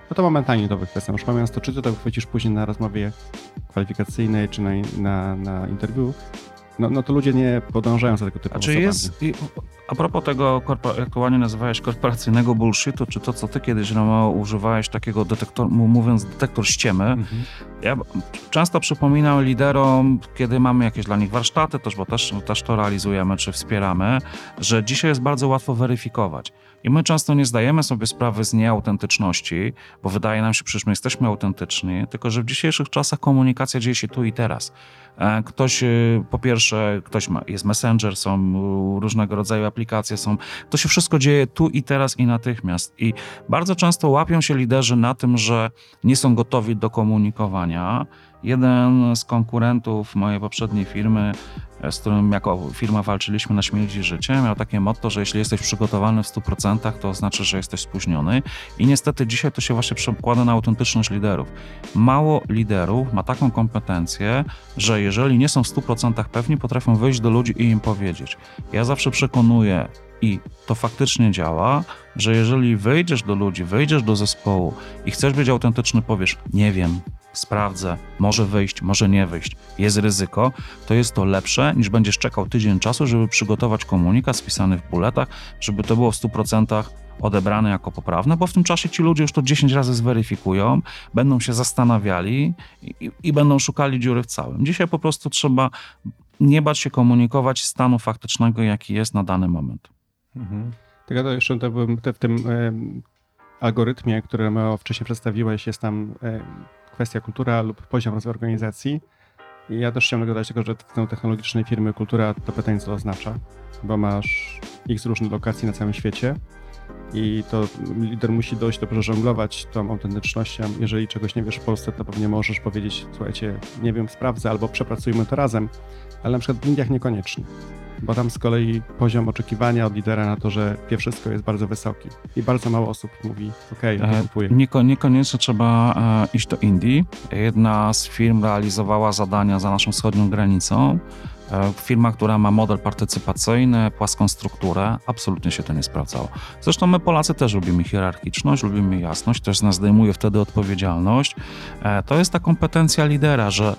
no to momentalnie to wychwycam. Już pamiętając to, czy to, to wychwycisz później na rozmowie kwalifikacyjnej, czy na, na, na interwiu, no, no to ludzie nie podążają za tego typu osobami. Jest, a propos tego, jak ładnie nazywałeś, korporacyjnego bullshitu, czy to, co ty kiedyś, Romeo, używałeś takiego detektor, mówiąc detektor ściemy, mhm. ja często przypominam liderom, kiedy mamy jakieś dla nich warsztaty, też, bo też, też to realizujemy, czy wspieramy, że dzisiaj jest bardzo łatwo weryfikować. I my często nie zdajemy sobie sprawy z nieautentyczności, bo wydaje nam się, przecież my jesteśmy autentyczni, tylko że w dzisiejszych czasach komunikacja dzieje się tu i teraz. Ktoś, po pierwsze, ktoś ma, jest Messenger, są różnego rodzaju aplikacje, są, to się wszystko dzieje tu i teraz i natychmiast. I bardzo często łapią się liderzy na tym, że nie są gotowi do komunikowania. Jeden z konkurentów mojej poprzedniej firmy, z którym jako firma walczyliśmy na śmierć i życie, miał takie motto, że jeśli jesteś przygotowany w stu procentach, to znaczy, że jesteś spóźniony. I niestety dzisiaj to się właśnie przekłada na autentyczność liderów. Mało liderów ma taką kompetencję, że jeżeli nie są w stu procentach pewni, potrafią wyjść do ludzi i im powiedzieć. Ja zawsze przekonuję, i to faktycznie działa, że jeżeli wyjdziesz do ludzi, wyjdziesz do zespołu i chcesz być autentyczny, powiesz, nie wiem, sprawdzę, może wyjść, może nie wyjść, jest ryzyko, to jest to lepsze, niż będziesz czekał tydzień czasu, żeby przygotować komunikat spisany w bulletach, żeby to było w stu procentach odebrane jako poprawne, bo w tym czasie ci ludzie już to dziesięć razy zweryfikują, będą się zastanawiali i, i, i będą szukali dziury w całym. Dzisiaj po prostu trzeba nie bać się komunikować stanu faktycznego, jaki jest na dany moment. Mhm. Tylko to jeszcze to w tym e, algorytmie, który wcześniej przedstawiłeś, jest tam e, kwestia kultura lub poziom rozwoju organizacji. I ja też chciałem dodać tego, że w tej technologicznej firmy kultura to pytanie, co to oznacza, bo masz x różnych lokacji na całym świecie i to lider musi dojść do żonglować tą autentycznością. Jeżeli czegoś nie wiesz w Polsce, to pewnie możesz powiedzieć, słuchajcie, nie wiem, sprawdzę albo przepracujmy to razem, ale na przykład w Indiach niekoniecznie. Bo tam z kolei poziom oczekiwania od lidera na to, że wie wszystko, jest bardzo wysoki. I bardzo mało osób mówi, okej, okay, kupuję. Nieko, niekoniecznie trzeba e, iść do Indii. Jedna z firm realizowała zadania za naszą wschodnią granicą. E, firma, która ma model partycypacyjny, płaską strukturę, absolutnie się to nie sprawdzało. Zresztą my Polacy też lubimy hierarchiczność, lubimy jasność, też z nas zdejmuje wtedy odpowiedzialność. E, to jest ta kompetencja lidera, że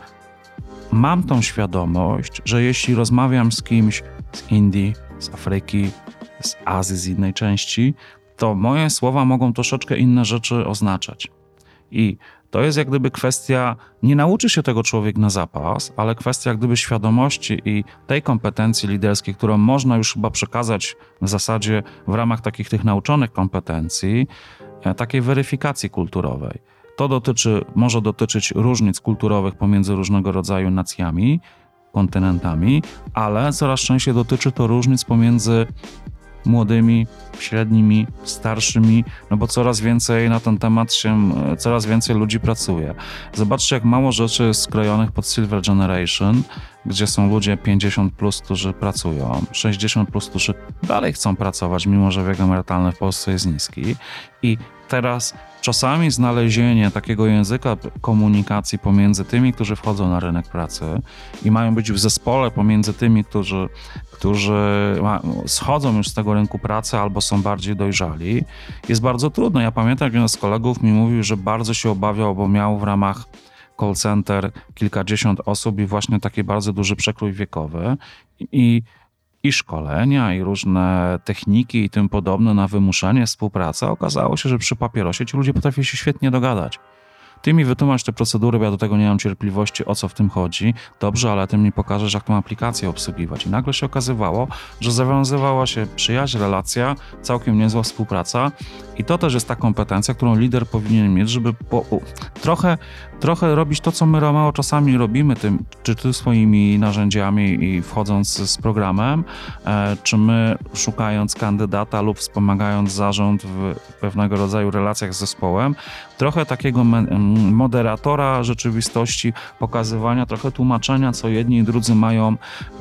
mam tą świadomość, że jeśli rozmawiam z kimś z Indii, z Afryki, z Azji, z innej części, to moje słowa mogą troszeczkę inne rzeczy oznaczać. I to jest jak gdyby kwestia, nie nauczy się tego człowiek na zapas, ale kwestia jak gdyby świadomości i tej kompetencji liderskiej, którą można już chyba przekazać w zasadzie w ramach takich tych nauczonych kompetencji, takiej weryfikacji kulturowej. To dotyczy, może dotyczyć różnic kulturowych pomiędzy różnego rodzaju nacjami, kontynentami, ale coraz częściej dotyczy to różnic pomiędzy młodymi, średnimi, starszymi, no bo coraz więcej na ten temat się, coraz więcej ludzi pracuje. Zobaczcie, jak mało rzeczy jest skrojonych pod Silver Generation, gdzie są ludzie pięćdziesiąt plus, którzy pracują, sześćdziesiąt plus, którzy dalej chcą pracować, mimo że wiek emerytalny w Polsce jest niski. I teraz czasami znalezienie takiego języka komunikacji pomiędzy tymi, którzy wchodzą na rynek pracy i mają być w zespole pomiędzy tymi, którzy, którzy schodzą już z tego rynku pracy albo są bardziej dojrzali, jest bardzo trudne. Ja pamiętam, jak jeden z kolegów mi mówił, że bardzo się obawiał, bo miał w ramach call center kilkadziesiąt osób i właśnie taki bardzo duży przekrój wiekowy i i szkolenia, i różne techniki i tym podobne na wymuszanie współpracy. Okazało się, że przy papierosie ci ludzie potrafili się świetnie dogadać. Ty mi wytłumacz te procedury, bo ja do tego nie mam cierpliwości, o co w tym chodzi. Dobrze, ale ty mi pokażesz, jak tą aplikację obsługiwać. I nagle się okazywało, że zawiązywała się przyjaźń, relacja, całkiem niezła współpraca i to też jest ta kompetencja, którą lider powinien mieć, żeby po, u, trochę, trochę robić to, co my, Romeo, czasami robimy, tym, czy ty swoimi narzędziami i wchodząc z programem, e, czy my szukając kandydata lub wspomagając zarząd w pewnego rodzaju relacjach z zespołem, trochę takiego moderatora rzeczywistości, pokazywania, trochę tłumaczenia, co jedni i drudzy mają,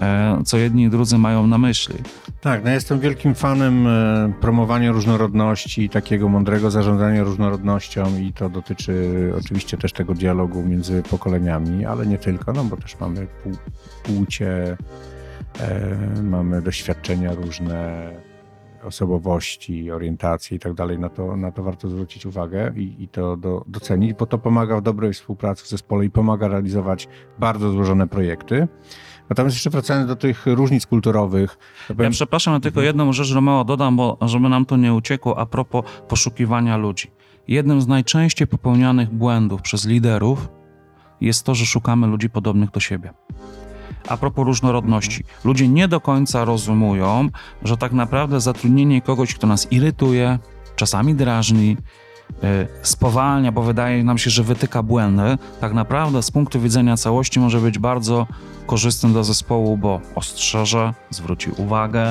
co jedni i drudzy mają na myśli. Tak, no jestem wielkim fanem promowania różnorodności i takiego mądrego zarządzania różnorodnością i to dotyczy oczywiście też tego dialogu między pokoleniami, ale nie tylko, no bo też mamy płcie, e, mamy doświadczenia różne, osobowości, orientacji i tak dalej, na to, na to warto zwrócić uwagę i, i to do, docenić, bo to pomaga w dobrej współpracy w zespole i pomaga realizować bardzo złożone projekty. Natomiast jeszcze wracając do tych różnic kulturowych... Ja powiem... przepraszam, ja tylko jedną rzecz, Romeo, dodam, bo żeby nam to nie uciekło, a propos poszukiwania ludzi. Jednym z najczęściej popełnianych błędów przez liderów jest to, że szukamy ludzi podobnych do siebie. A propos różnorodności. Ludzie nie do końca rozumują, że tak naprawdę zatrudnienie kogoś, kto nas irytuje, czasami drażni, yy, spowalnia, bo wydaje nam się, że wytyka błędy, tak naprawdę z punktu widzenia całości może być bardzo korzystny dla zespołu, bo ostrzeże, zwróci uwagę,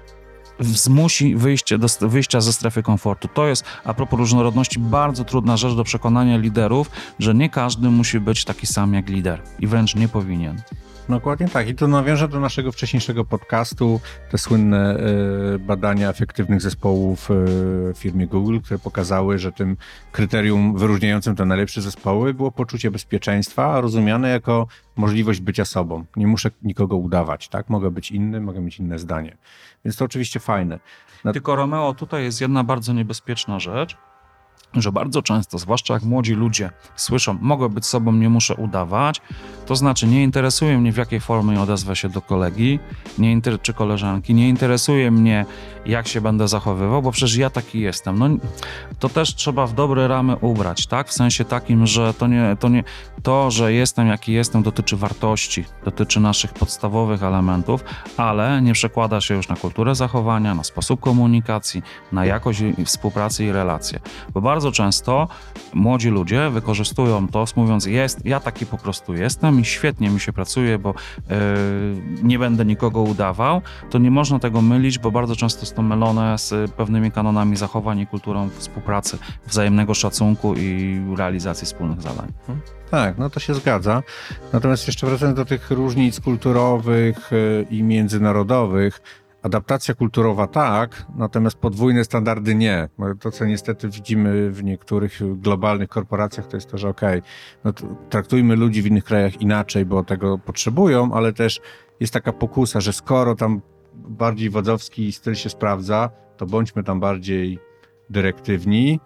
zmusi wyjście do, wyjścia ze strefy komfortu. To jest, a propos różnorodności, bardzo trudna rzecz do przekonania liderów, że nie każdy musi być taki sam jak lider i wręcz nie powinien. Dokładnie tak. I tu nawiążę do naszego wcześniejszego podcastu, te słynne y, badania efektywnych zespołów y, w firmie Google, które pokazały, że tym kryterium wyróżniającym te najlepsze zespoły było poczucie bezpieczeństwa, rozumiane jako możliwość bycia sobą. Nie muszę nikogo udawać, tak? Mogę być inny, mogę mieć inne zdanie. Więc to oczywiście fajne. Na... Tylko Romeo, tutaj jest jedna bardzo niebezpieczna rzecz, że bardzo często, zwłaszcza jak młodzi ludzie słyszą, mogę być sobą, nie muszę udawać, to znaczy nie interesuje mnie, w jakiej formie odezwę się do kolegi nie inter- czy koleżanki, nie interesuje mnie, jak się będę zachowywał, bo przecież ja taki jestem. No, to też trzeba w dobre ramy ubrać, tak? W sensie takim, że to, nie, to, nie, to, że jestem, jaki jestem, dotyczy wartości, dotyczy naszych podstawowych elementów, ale nie przekłada się już na kulturę zachowania, na sposób komunikacji, na jakość współpracy i relacje. Bo bardzo często młodzi ludzie wykorzystują to, mówiąc, jest, ja taki po prostu jestem i świetnie mi się pracuje, bo yy, nie będę nikogo udawał, to nie można tego mylić, bo bardzo często jest to mylone z pewnymi kanonami zachowań i kulturą współpracy, wzajemnego szacunku i realizacji wspólnych zadań. Tak, no to się zgadza. Natomiast jeszcze wracając do tych różnic kulturowych i międzynarodowych, adaptacja kulturowa tak, natomiast podwójne standardy nie. To, co niestety widzimy w niektórych globalnych korporacjach, to jest to, że okej, okay, no traktujmy ludzi w innych krajach inaczej, bo tego potrzebują, ale też jest taka pokusa, że skoro tam bardziej wodzowski styl się sprawdza, to bądźmy tam bardziej dyrektywni,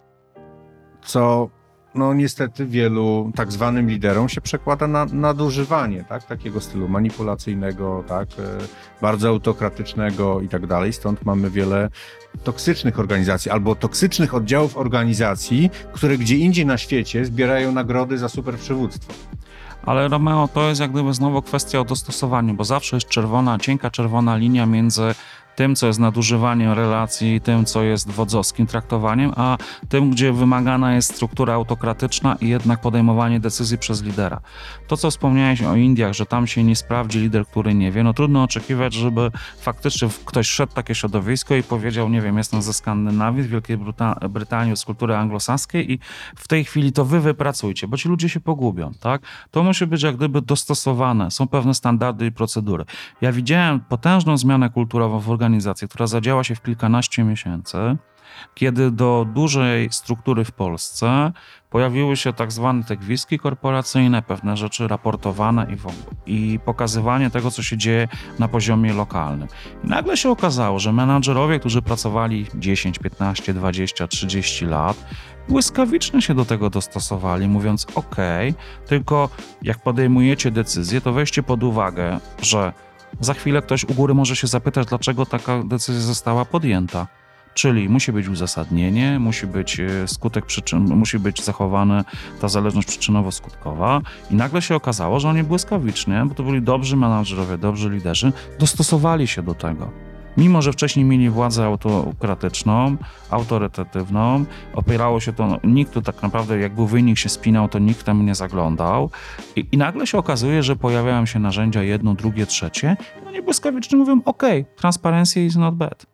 co no niestety wielu tak zwanym liderom się przekłada na nadużywanie, tak, takiego stylu manipulacyjnego, tak, bardzo autokratycznego i tak dalej. Stąd mamy wiele toksycznych organizacji albo toksycznych oddziałów organizacji, które gdzie indziej na świecie zbierają nagrody za super przywództwo. Ale Romeo, to jest jak gdyby znowu kwestia o dostosowaniu, bo zawsze jest czerwona, cienka czerwona linia między tym, co jest nadużywaniem relacji, tym, co jest wodzowskim traktowaniem, a tym, gdzie wymagana jest struktura autokratyczna i jednak podejmowanie decyzji przez lidera. To, co wspomniałeś o Indiach, że tam się nie sprawdzi lider, który nie wie, no trudno oczekiwać, żeby faktycznie ktoś szedł w takie środowisko i powiedział, nie wiem, jestem ze Skandynawii, z Wielkiej Bryta- Brytanii, z kultury anglosaskiej i w tej chwili to wy wypracujcie, bo ci ludzie się pogubią, tak? To musi być jak gdyby dostosowane, są pewne standardy i procedury. Ja widziałem potężną zmianę kulturową w organizacji, która zadziała się w kilkanaście miesięcy, kiedy do dużej struktury w Polsce pojawiły się tak zwane te gwizdki korporacyjne, pewne rzeczy raportowane i, w ogóle, i pokazywanie tego, co się dzieje na poziomie lokalnym. I nagle się okazało, że menadżerowie, którzy pracowali dziesięć, piętnaście, dwadzieścia, trzydzieści lat, błyskawicznie się do tego dostosowali, mówiąc ok, tylko jak podejmujecie decyzję, to weźcie pod uwagę, że za chwilę ktoś u góry może się zapytać, dlaczego taka decyzja została podjęta. Czyli musi być uzasadnienie, musi być skutek przyczyn, musi być zachowana ta zależność przyczynowo-skutkowa i nagle się okazało, że oni błyskawicznie, bo to byli dobrzy menadżerowie, dobrzy liderzy, dostosowali się do tego. Mimo że wcześniej mieli władzę autokratyczną, autorytatywną, opierało się to, nikt tu tak naprawdę, jak był wynik się spinał, to nikt tam nie zaglądał i, i nagle się okazuje, że pojawiają się narzędzia jedno, drugie, trzecie i oni błyskawicznie mówią, ok, transparency is not bad.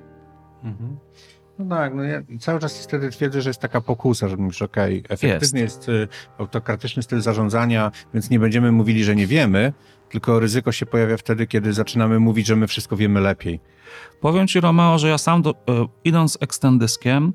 Mhm. No tak, no ja cały czas wtedy twierdzę, że jest taka pokusa, że mówisz, okej, okay, efektywny jest, jest autokratyczny styl zarządzania, więc nie będziemy mówili, że nie wiemy, tylko ryzyko się pojawia wtedy, kiedy zaczynamy mówić, że my wszystko wiemy lepiej. Powiem ci, Romeo, że ja sam do, idąc ekstendyskiem,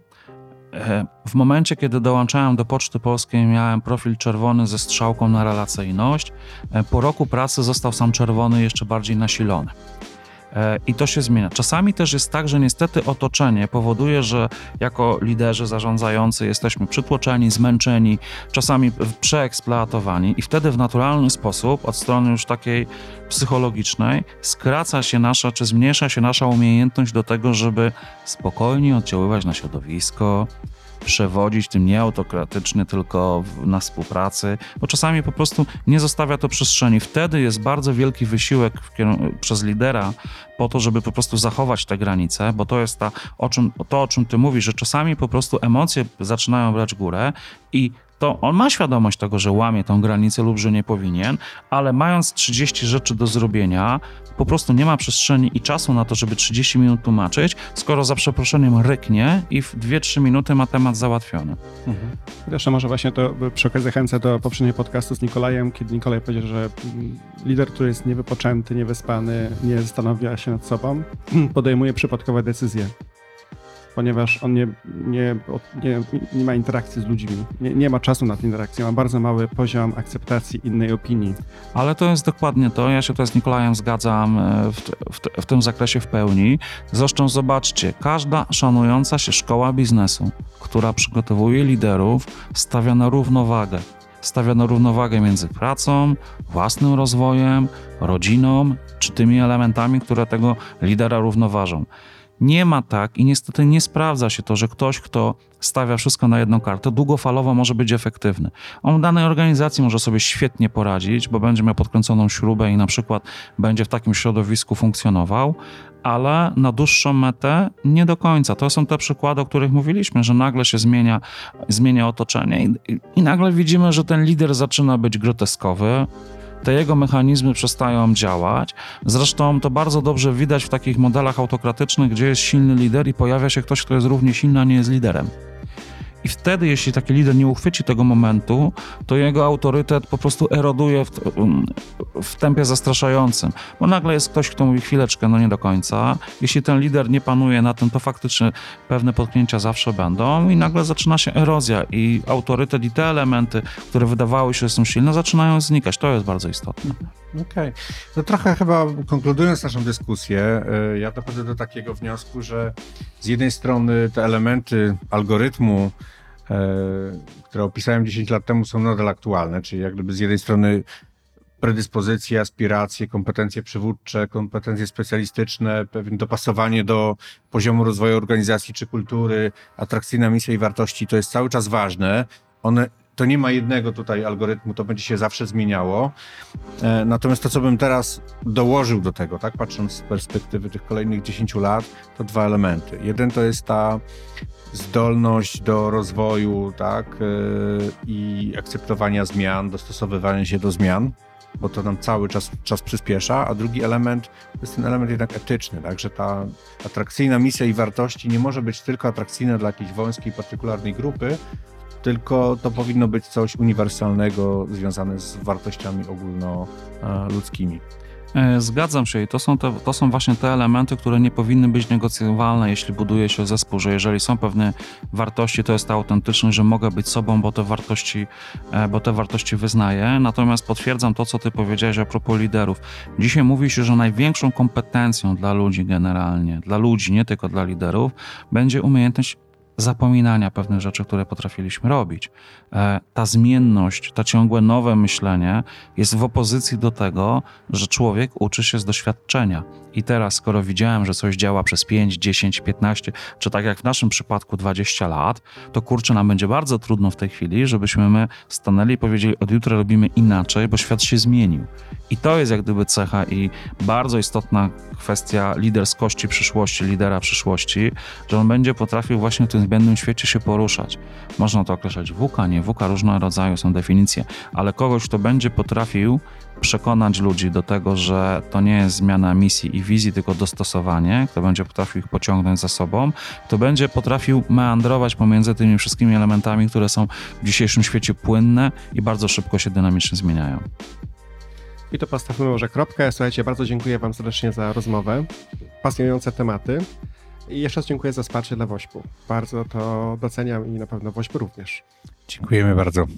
w momencie, kiedy dołączałem do Poczty Polskiej, miałem profil czerwony ze strzałką na relacyjność. Po roku pracy został sam czerwony jeszcze bardziej nasilony. I to się zmienia. Czasami też jest tak, że niestety otoczenie powoduje, że jako liderzy zarządzający jesteśmy przytłoczeni, zmęczeni, czasami przeeksploatowani i wtedy w naturalny sposób od strony już takiej psychologicznej skraca się nasza, czy zmniejsza się nasza umiejętność do tego, żeby spokojnie oddziaływać na środowisko, przewodzić tym nie autokratycznie, tylko w, na współpracy, bo czasami po prostu nie zostawia to przestrzeni. Wtedy jest bardzo wielki wysiłek w kierun- przez lidera po to, żeby po prostu zachować te granice, bo to jest ta, o czym, to, o czym ty mówisz, że czasami po prostu emocje zaczynają brać górę i to on ma świadomość tego, że łamie tą granicę lub że nie powinien, ale mając trzydzieści rzeczy do zrobienia, po prostu nie ma przestrzeni i czasu na to, żeby trzydzieści minut tłumaczyć, skoro za przeproszeniem ryknie i w dwie trzy minuty ma temat załatwiony. Mhm. Zresztą może właśnie to przy okazji zachęcę do poprzedniego podcastu z Nikolajem, kiedy Nikolaj powiedział, że lider, który jest niewypoczęty, niewyspany, nie zastanawia się nad sobą, podejmuje przypadkowe decyzje, ponieważ on nie, nie, nie, nie ma interakcji z ludźmi, nie, nie ma czasu na tę interakcję, ma bardzo mały poziom akceptacji innej opinii. Ale to jest dokładnie to, ja się tutaj z Nikolajem zgadzam w, w, w tym zakresie w pełni. Zresztą zobaczcie, każda szanująca się szkoła biznesu, która przygotowuje liderów, stawia na równowagę. Stawia na równowagę między pracą, własnym rozwojem, rodziną, czy tymi elementami, które tego lidera równoważą. Nie ma tak i niestety nie sprawdza się to, że ktoś, kto stawia wszystko na jedną kartę, długofalowo może być efektywny. On w danej organizacji może sobie świetnie poradzić, bo będzie miał podkręconą śrubę i na przykład będzie w takim środowisku funkcjonował, ale na dłuższą metę nie do końca. To są te przykłady, o których mówiliśmy, że nagle się zmienia, zmienia otoczenie i, i nagle widzimy, że ten lider zaczyna być groteskowy, te jego mechanizmy przestają działać. Zresztą to bardzo dobrze widać w takich modelach autokratycznych, gdzie jest silny lider i pojawia się ktoś, kto jest równie silny, a nie jest liderem. I wtedy, jeśli taki lider nie uchwyci tego momentu, to jego autorytet po prostu eroduje w, w tempie zastraszającym. Bo nagle jest ktoś, kto mówi chwileczkę, no nie do końca. Jeśli ten lider nie panuje na tym, to faktycznie pewne potknięcia zawsze będą i nagle zaczyna się erozja i autorytet i te elementy, które wydawały się, że są silne, zaczynają znikać. To jest bardzo istotne. Okej. Okay. No trochę chyba konkludując naszą dyskusję, ja dochodzę do takiego wniosku, że z jednej strony te elementy algorytmu, które opisałem dziesięć lat temu, są nadal aktualne, czyli jak gdyby z jednej strony predyspozycje, aspiracje, kompetencje przywódcze, kompetencje specjalistyczne, pewne dopasowanie do poziomu rozwoju organizacji czy kultury, atrakcyjna misja i wartości, to jest cały czas ważne. One To nie ma jednego tutaj algorytmu, to będzie się zawsze zmieniało. E, natomiast to, co bym teraz dołożył do tego, tak, patrząc z perspektywy tych kolejnych dziesięciu lat, to dwa elementy. Jeden to jest ta zdolność do rozwoju, tak, e, i akceptowania zmian, dostosowywania się do zmian, bo to nam cały czas, czas przyspiesza, a drugi element to jest ten element jednak etyczny, tak, że ta atrakcyjna misja i wartości nie może być tylko atrakcyjna dla jakiejś wąskiej, partykularnej grupy, tylko to powinno być coś uniwersalnego związane z wartościami ogólnoludzkimi. Zgadzam się i to są, te, to są właśnie te elementy, które nie powinny być negocjowalne, jeśli buduje się zespół, że jeżeli są pewne wartości, to jest ta autentyczność, że mogę być sobą, bo te wartości, bo te wartości wyznaję. Natomiast potwierdzam to, co ty powiedziałeś a propos liderów. Dzisiaj mówi się, że największą kompetencją dla ludzi generalnie, dla ludzi, nie tylko dla liderów, będzie umiejętność zapominania pewnych rzeczy, które potrafiliśmy robić. Ta zmienność, to ciągłe nowe myślenie jest w opozycji do tego, że człowiek uczy się z doświadczenia. I teraz, skoro widziałem, że coś działa przez pięć, dziesięć, piętnaście, czy tak jak w naszym przypadku dwadzieścia lat, to kurczę, nam będzie bardzo trudno w tej chwili, żebyśmy my stanęli i powiedzieli, od jutra robimy inaczej, bo świat się zmienił. I to jest jak gdyby cecha i bardzo istotna kwestia liderskości przyszłości, lidera przyszłości, że on będzie potrafił właśnie w tym zmiennym świecie się poruszać. Można to określać wuka, nie wuka, różnego rodzaju są definicje, ale kogoś, kto będzie potrafił przekonać ludzi do tego, że to nie jest zmiana misji i wizji, tylko dostosowanie, kto będzie potrafił ich pociągnąć za sobą, kto będzie potrafił meandrować pomiędzy tymi wszystkimi elementami, które są w dzisiejszym świecie płynne i bardzo szybko się dynamicznie zmieniają. I to postawmy może kropkę. Słuchajcie, bardzo dziękuję wam serdecznie za rozmowę. Pasjonujące tematy. I jeszcze raz dziękuję za wsparcie dla Wośpu. Bardzo to doceniam i na pewno Wośp również. Dziękujemy bardzo.